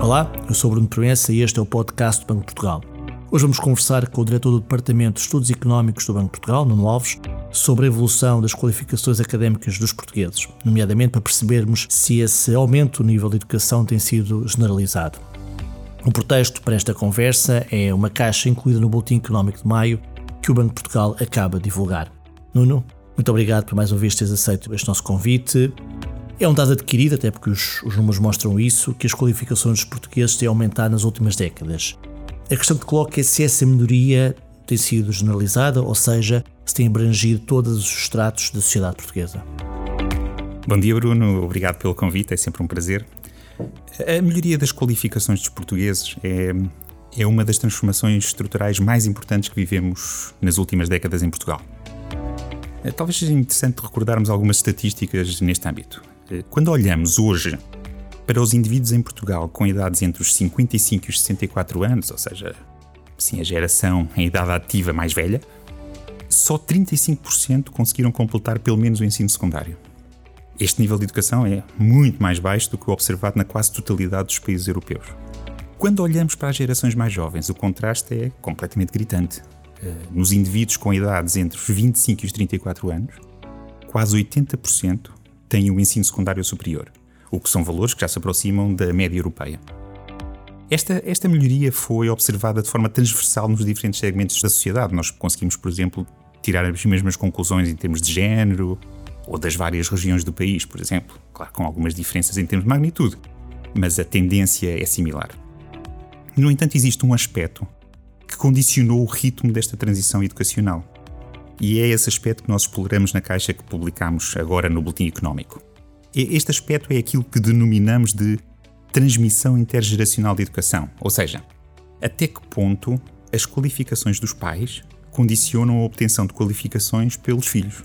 Olá, eu sou Bruno Proença e este é o podcast do Banco de Portugal. Hoje vamos conversar com o diretor do Departamento de Estudos Económicos do Banco de Portugal, Nuno Alves, sobre a evolução das qualificações académicas dos portugueses, nomeadamente para percebermos se esse aumento no nível de educação tem sido generalizado. O pretexto para esta conversa é uma caixa incluída no Boletim Económico de Maio que o Banco de Portugal acaba de divulgar. Nuno, muito obrigado por mais uma vez teres aceito este nosso convite. É um dado adquirido, até porque os números mostram isso, que as qualificações dos portugueses têm aumentado nas últimas décadas. A questão que coloco é se essa melhoria tem sido generalizada, ou seja, se tem abrangido todos os estratos da sociedade portuguesa. Bom dia, Bruno. Obrigado pelo convite, é sempre um prazer. A melhoria das qualificações dos portugueses é uma das transformações estruturais mais importantes que vivemos nas últimas décadas em Portugal. Talvez seja interessante recordarmos algumas estatísticas neste âmbito. Quando olhamos hoje para os indivíduos em Portugal com idades entre os 55 e os 64 anos, ou seja, sim, a geração em idade ativa mais velha, só 35% conseguiram completar pelo menos o ensino secundário. Este nível de educação é muito mais baixo do que o observado na quase totalidade dos países europeus. Quando olhamos para as gerações mais jovens, o contraste é completamente gritante. Nos indivíduos com idades entre os 25 e os 34 anos, quase 80% têm o ensino secundário superior, o que são valores que já se aproximam da média europeia. Esta melhoria foi observada de forma transversal nos diferentes segmentos da sociedade. Nós conseguimos, por exemplo, tirar as mesmas conclusões em termos de género ou das várias regiões do país, por exemplo. Claro, com algumas diferenças em termos de magnitude, mas a tendência é similar. No entanto, existe um aspecto que condicionou o ritmo desta transição educacional. E é esse aspecto que nós exploramos na caixa que publicamos agora no Boletim Económico. Este aspecto é aquilo que denominamos de transmissão intergeracional de educação, ou seja, até que ponto as qualificações dos pais condicionam a obtenção de qualificações pelos filhos.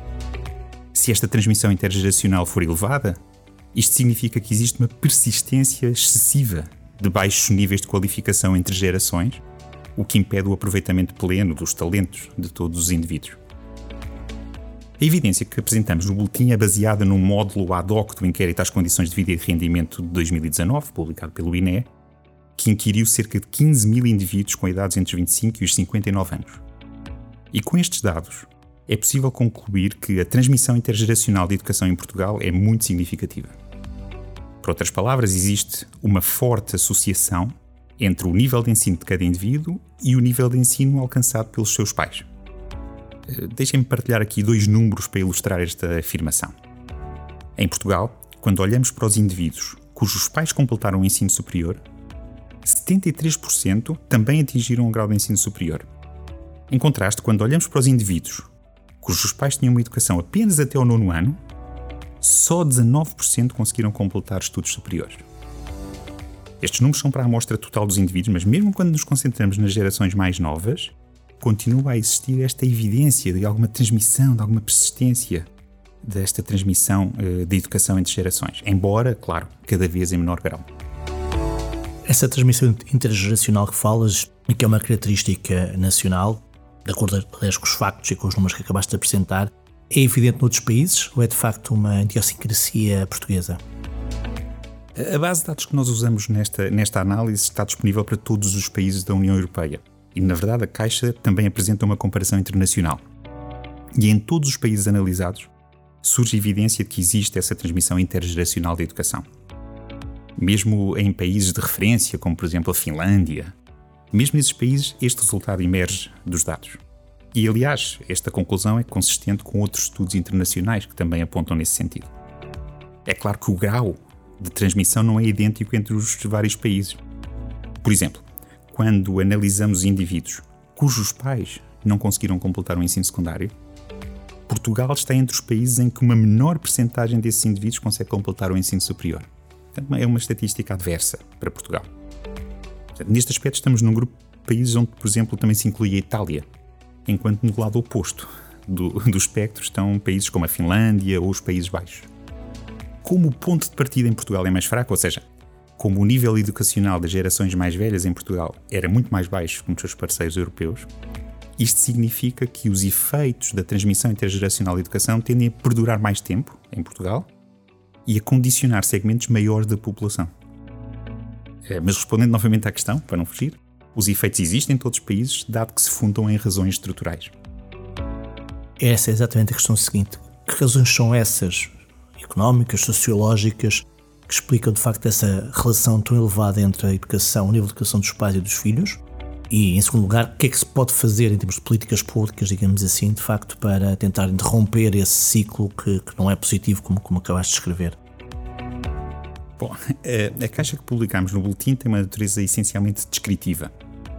Se esta transmissão intergeracional for elevada, isto significa que existe uma persistência excessiva de baixos níveis de qualificação entre gerações, o que impede o aproveitamento pleno dos talentos de todos os indivíduos. A evidência que apresentamos no boletim é baseada num módulo ad hoc do Inquérito às Condições de Vida e de Rendimento de 2019, publicado pelo INE, que inquiriu cerca de 15 mil indivíduos com idades entre os 25 e os 59 anos. E com estes dados, é possível concluir que a transmissão intergeracional de educação em Portugal é muito significativa. Por outras palavras, existe uma forte associação entre o nível de ensino de cada indivíduo e o nível de ensino alcançado pelos seus pais. Deixem-me partilhar aqui 2 números para ilustrar esta afirmação. Em Portugal, quando olhamos para os indivíduos cujos pais completaram o ensino superior, 73% também atingiram um grau de ensino superior. Em contraste, quando olhamos para os indivíduos cujos pais tinham uma educação apenas até ao 9º ano, só 19% conseguiram completar estudos superiores. Estes números são para a amostra total dos indivíduos, mas mesmo quando nos concentramos nas gerações mais novas, continua a existir esta evidência de alguma transmissão, de alguma persistência desta transmissão de educação entre gerações, embora, claro, cada vez em menor grau. Essa transmissão intergeracional que falas, e que é uma característica nacional, de acordo aliás, com os factos e com os números que acabaste de apresentar, é evidente noutros países ou é de facto uma idiosincrasia portuguesa? A base de dados que nós usamos nesta análise está disponível para todos os países da União Europeia e, na verdade, a Caixa também apresenta uma comparação internacional. E em todos os países analisados surge a evidência de que existe essa transmissão intergeracional de educação. Mesmo em países de referência, como por exemplo a Finlândia, mesmo nesses países este resultado emerge dos dados. E, aliás, esta conclusão é consistente com outros estudos internacionais que também apontam nesse sentido. É claro que o grau de transmissão não é idêntico entre os vários países. Por exemplo, quando analisamos indivíduos cujos pais não conseguiram completar o ensino secundário, Portugal está entre os países em que uma menor percentagem desses indivíduos consegue completar o ensino superior. Portanto, é uma estatística adversa para Portugal. Portanto, neste aspecto estamos num grupo de países onde, por exemplo, também se inclui a Itália, enquanto no lado oposto do espectro estão países como a Finlândia ou os Países Baixos. Como o ponto de partida em Portugal é mais fraco, ou seja, como o nível educacional das gerações mais velhas em Portugal era muito mais baixo que nos seus parceiros europeus, isto significa que os efeitos da transmissão intergeracional de educação tendem a perdurar mais tempo em Portugal e a condicionar segmentos maiores da população. Mas respondendo novamente à questão, para não fugir, os efeitos existem em todos os países, dado que se fundam em razões estruturais. Essa é exatamente a questão seguinte. Que razões são essas, económicas, sociológicas, que explicam de facto essa relação tão elevada entre a educação, o nível de educação dos pais e dos filhos? E, em segundo lugar, o que é que se pode fazer em termos de políticas públicas, digamos assim, de facto, para tentar interromper esse ciclo que não é positivo, como acabaste de escrever? Bom, a caixa que publicámos no boletim tem uma natureza essencialmente descritiva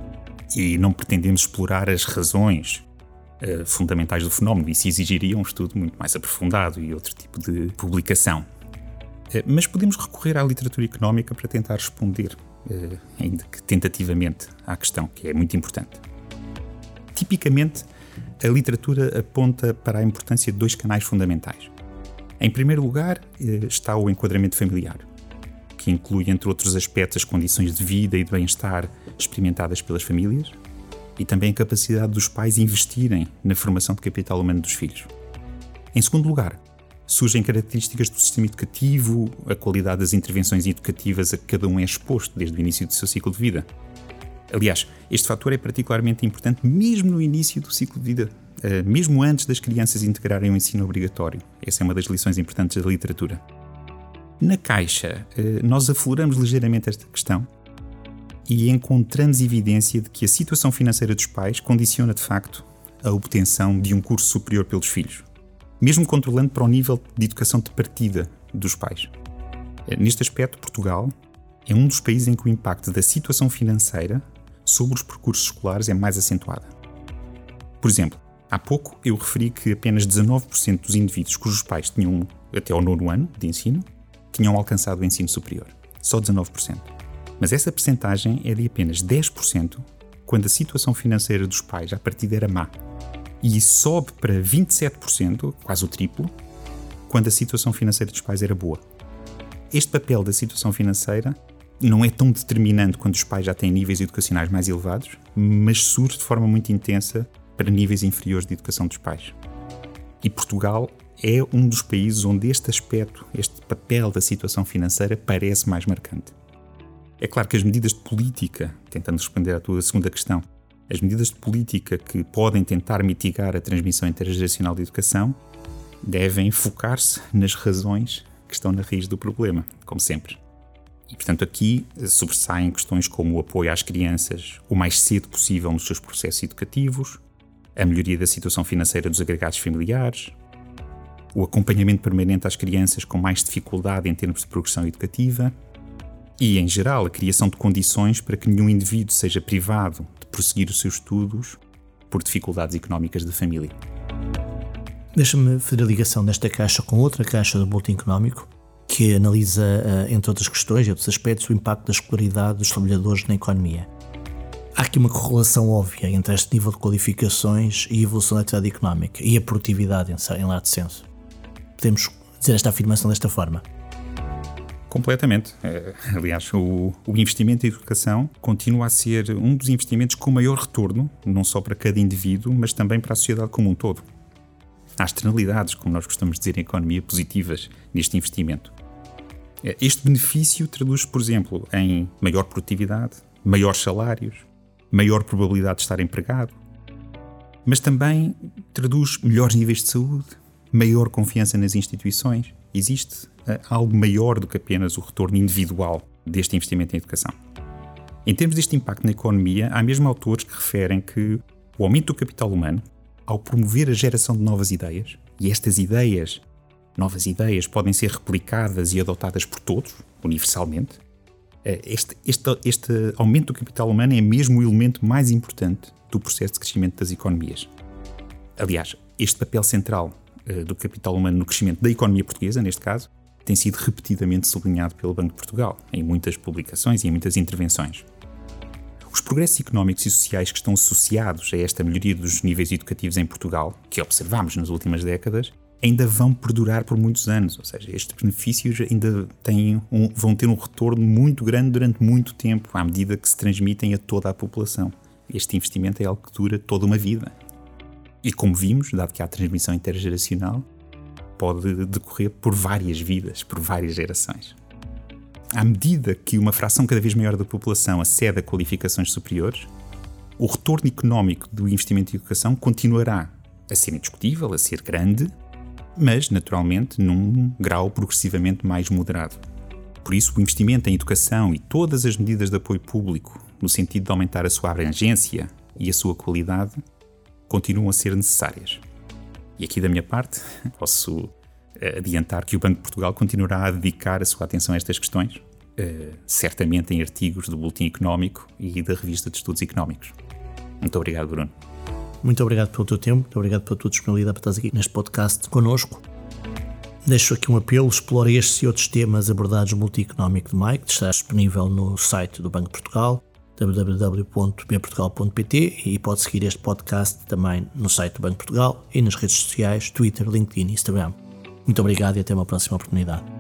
e não pretendemos explorar as razões fundamentais do fenómeno. Isso exigiria um estudo muito mais aprofundado e outro tipo de publicação. Mas podemos recorrer à literatura económica para tentar responder, ainda que tentativamente, à questão, que é muito importante. Tipicamente, a literatura aponta para a importância de dois canais fundamentais. Em primeiro lugar, está o enquadramento familiar, que inclui, entre outros aspectos, as condições de vida e de bem-estar experimentadas pelas famílias e também a capacidade dos pais investirem na formação de capital humano dos filhos. Em segundo lugar, surgem características do sistema educativo, a qualidade das intervenções educativas a que cada um é exposto desde o início do seu ciclo de vida. Aliás, este fator é particularmente importante mesmo no início do ciclo de vida, mesmo antes das crianças integrarem o ensino obrigatório. Essa é uma das lições importantes da literatura. Na caixa, nós afloramos ligeiramente esta questão e encontramos evidência de que a situação financeira dos pais condiciona, de facto, a obtenção de um curso superior pelos filhos, mesmo controlando para o nível de educação de partida dos pais. Neste aspecto, Portugal é um dos países em que o impacto da situação financeira sobre os percursos escolares é mais acentuado. Por exemplo, há pouco eu referi que apenas 19% dos indivíduos cujos pais tinham até ao 9º ano de ensino tinham alcançado o ensino superior. Só 19%. Mas essa percentagem é de apenas 10% quando a situação financeira dos pais à partida era má. E sobe para 27%, quase o triplo, quando a situação financeira dos pais era boa. Este papel da situação financeira não é tão determinante quando os pais já têm níveis educacionais mais elevados, mas surge de forma muito intensa para níveis inferiores de educação dos pais. E Portugal é um dos países onde este aspecto, este papel da situação financeira parece mais marcante. É claro que as medidas de política, tentando responder à tua segunda questão, as medidas de política que podem tentar mitigar a transmissão intergeracional de educação devem focar-se nas razões que estão na raiz do problema, como sempre. E, portanto, aqui sobressaem questões como o apoio às crianças o mais cedo possível nos seus processos educativos, a melhoria da situação financeira dos agregados familiares, o acompanhamento permanente às crianças com mais dificuldade em termos de progressão educativa e, em geral, a criação de condições para que nenhum indivíduo seja privado de prosseguir os seus estudos por dificuldades económicas da família. Deixa-me fazer a ligação desta caixa com outra caixa do Boletim Económico que analisa, entre outras questões e outros aspectos, o impacto da escolaridade dos trabalhadores na economia. Há aqui uma correlação óbvia entre este nível de qualificações e a evolução da atividade económica e a produtividade em lato sensu. Podemos dizer esta afirmação desta forma? Completamente. Aliás, o investimento em educação continua a ser um dos investimentos com maior retorno, não só para cada indivíduo, mas também para a sociedade como um todo. Há externalidades, como nós gostamos de dizer em economia, positivas neste investimento. Este benefício traduz, por exemplo, em maior produtividade, maiores salários, maior probabilidade de estar empregado, mas também traduz melhores níveis de saúde, maior confiança nas instituições. Existe algo maior do que apenas o retorno individual deste investimento em educação. Em termos deste impacto na economia, há mesmo autores que referem que o aumento do capital humano, ao promover a geração de novas ideias, e estas novas ideias, podem ser replicadas e adotadas por todos, universalmente, este aumento do capital humano é mesmo o elemento mais importante do processo de crescimento das economias. Aliás, este papel central do capital humano no crescimento da economia portuguesa, neste caso, tem sido repetidamente sublinhado pelo Banco de Portugal, em muitas publicações e em muitas intervenções. Os progressos económicos e sociais que estão associados a esta melhoria dos níveis educativos em Portugal, que observamos nas últimas décadas, ainda vão perdurar por muitos anos, ou seja, estes benefícios ainda vão ter um retorno muito grande durante muito tempo, à medida que se transmitem a toda a população. Este investimento é algo que dura toda uma vida. E como vimos, dado que há transmissão intergeracional, pode decorrer por várias vidas, por várias gerações. à medida que uma fração cada vez maior da população acede a qualificações superiores, o retorno económico do investimento em educação continuará a ser indiscutível, a ser grande, mas, naturalmente, num grau progressivamente mais moderado. Por isso, o investimento em educação e todas as medidas de apoio público, no sentido de aumentar a sua abrangência e a sua qualidade, continuam a ser necessárias. E aqui, da minha parte, posso adiantar que o Banco de Portugal continuará a dedicar a sua atenção a estas questões, certamente em artigos do Boletim Económico e da Revista de Estudos Económicos. Muito obrigado, Bruno. Muito obrigado pelo teu tempo, muito obrigado pela tua disponibilidade para estás aqui neste podcast connosco. Deixo aqui um apelo, explore estes e outros temas abordados no Boletim Económico de maio, que está disponível no site do Banco de Portugal, www.bportugal.pt, e pode seguir este podcast também no site do Banco de Portugal e nas redes sociais, Twitter, LinkedIn e Instagram. Muito obrigado e até uma próxima oportunidade.